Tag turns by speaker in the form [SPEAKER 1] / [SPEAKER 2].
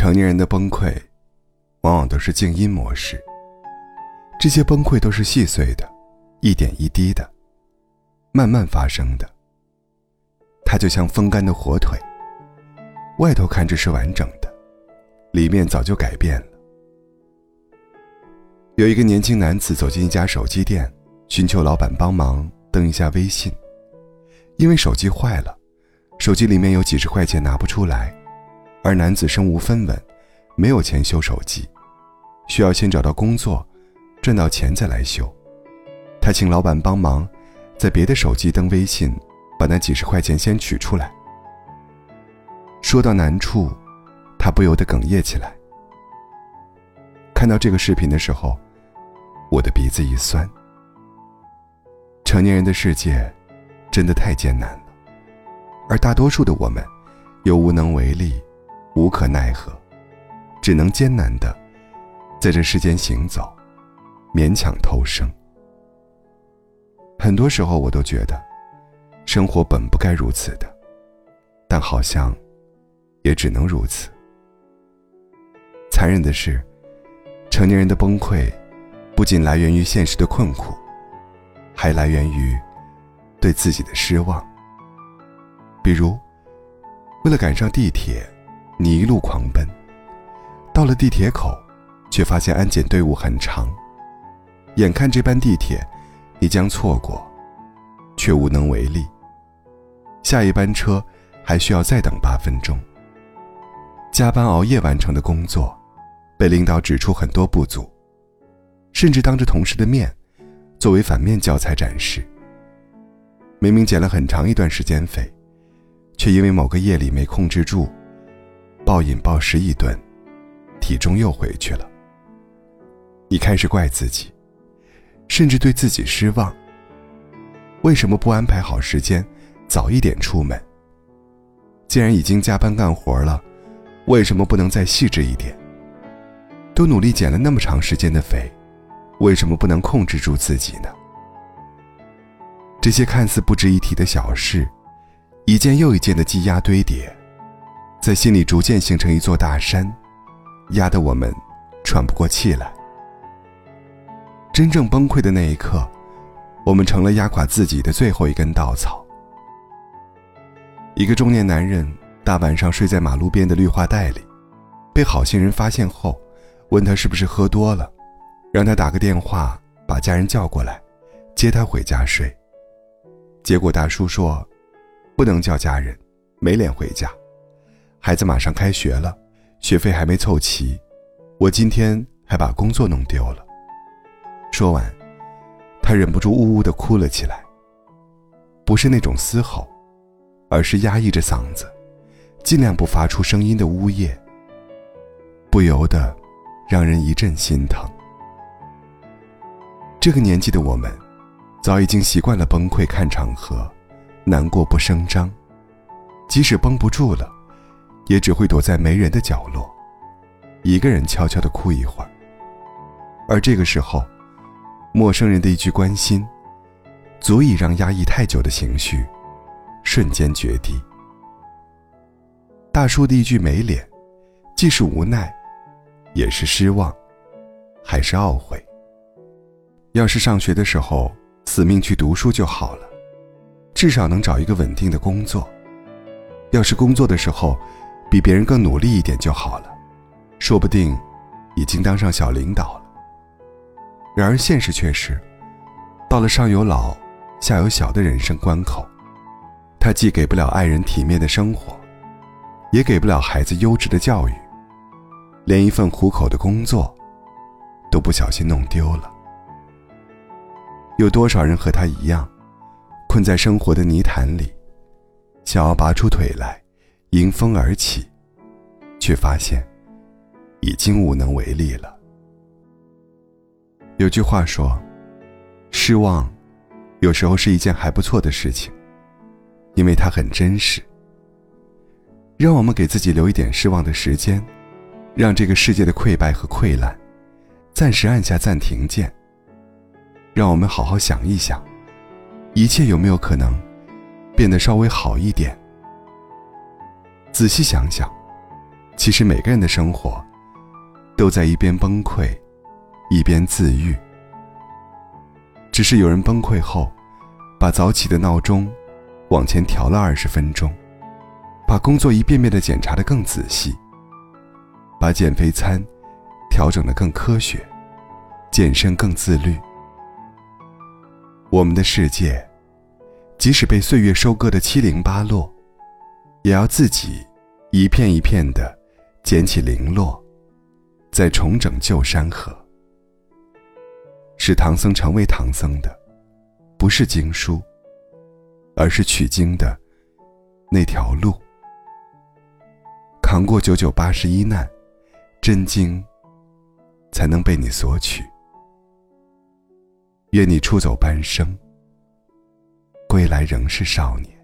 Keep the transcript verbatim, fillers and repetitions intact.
[SPEAKER 1] 成年人的崩溃往往都是静音模式，这些崩溃都是细碎的，一点一滴的，慢慢发生的。它就像风干的火腿，外头看着是完整的，里面早就改变了。有一个年轻男子走进一家手机店，寻求老板帮忙登一下微信。因为手机坏了，手机里面有几十块钱拿不出来，而男子身无分文，没有钱修手机，需要先找到工作，赚到钱再来修。他请老板帮忙在别的手机登微信，把那几十块钱先取出来。说到难处，他不由得哽咽起来。看到这个视频的时候，我的鼻子一酸。成年人的世界真的太艰难了，而大多数的我们又无能为力，无可奈何，只能艰难地在这世间行走，勉强偷生。很多时候我都觉得生活本不该如此的，但好像也只能如此。残忍的是，成年人的崩溃不仅来源于现实的困苦，还来源于对自己的失望。比如，为了赶上地铁，你一路狂奔，到了地铁口，却发现安检队伍很长，眼看这班地铁你将错过，却无能为力。下一班车还需要再等八分钟。加班熬夜完成的工作，被领导指出很多不足，甚至当着同事的面作为反面教材展示。明明减了很长一段时间肥，却因为某个夜里没控制住，暴饮暴食一顿，体重又回去了。你开始怪自己，甚至对自己失望。为什么不安排好时间，早一点出门？既然已经加班干活了，为什么不能再细致一点？都努力减了那么长时间的肥，为什么不能控制住自己呢？这些看似不值一提的小事，一件又一件的积压堆叠，在心里逐渐形成一座大山，压得我们喘不过气来。真正崩溃的那一刻，我们成了压垮自己的最后一根稻草。一个中年男人大晚上睡在马路边的绿化带里，被好心人发现后，问他是不是喝多了，让他打个电话把家人叫过来，接他回家睡。结果大叔说，不能叫家人，没脸回家，孩子马上开学了，学费还没凑齐，我今天还把工作弄丢了。说完，他忍不住呜呜地哭了起来，不是那种嘶吼，而是压抑着嗓子，尽量不发出声音的呜咽，不由得让人一阵心疼。这个年纪的我们，早已经习惯了崩溃看场合，难过不声张，即使绷不住了，也只会躲在没人的角落，一个人悄悄地哭一会儿。而这个时候，陌生人的一句关心，足以让压抑太久的情绪瞬间决堤。大叔的一句没脸，既是无奈，也是失望，还是懊悔。要是上学的时候死命去读书就好了，至少能找一个稳定的工作。要是工作的时候比别人更努力一点就好了，说不定已经当上小领导了。然而现实却是，到了上有老下有小的人生关口，他既给不了爱人体面的生活，也给不了孩子优质的教育，连一份糊口的工作都不小心弄丢了。有多少人和他一样，困在生活的泥潭里，想要拔出腿来迎风而起，却发现已经无能为力了。有句话说，失望有时候是一件还不错的事情，因为它很真实。让我们给自己留一点失望的时间，让这个世界的溃败和溃烂暂时按下暂停键，让我们好好想一想，一切有没有可能变得稍微好一点。仔细想想， 其实每个人的生活都在一边崩溃一边自愈，只是有人崩溃后把早起的闹钟往前调了二十分钟，把工作一遍遍地检查得更仔细，把减肥餐调整得更科学，健身更自律。我们的世界即使被岁月收割得七零八落，也要自己一片一片地捡起零落，再重整旧山河。是唐僧成为唐僧的，不是经书，而是取经的那条路。扛过九九八十一难，真经才能被你索取。愿你出走半生，归来仍是少年。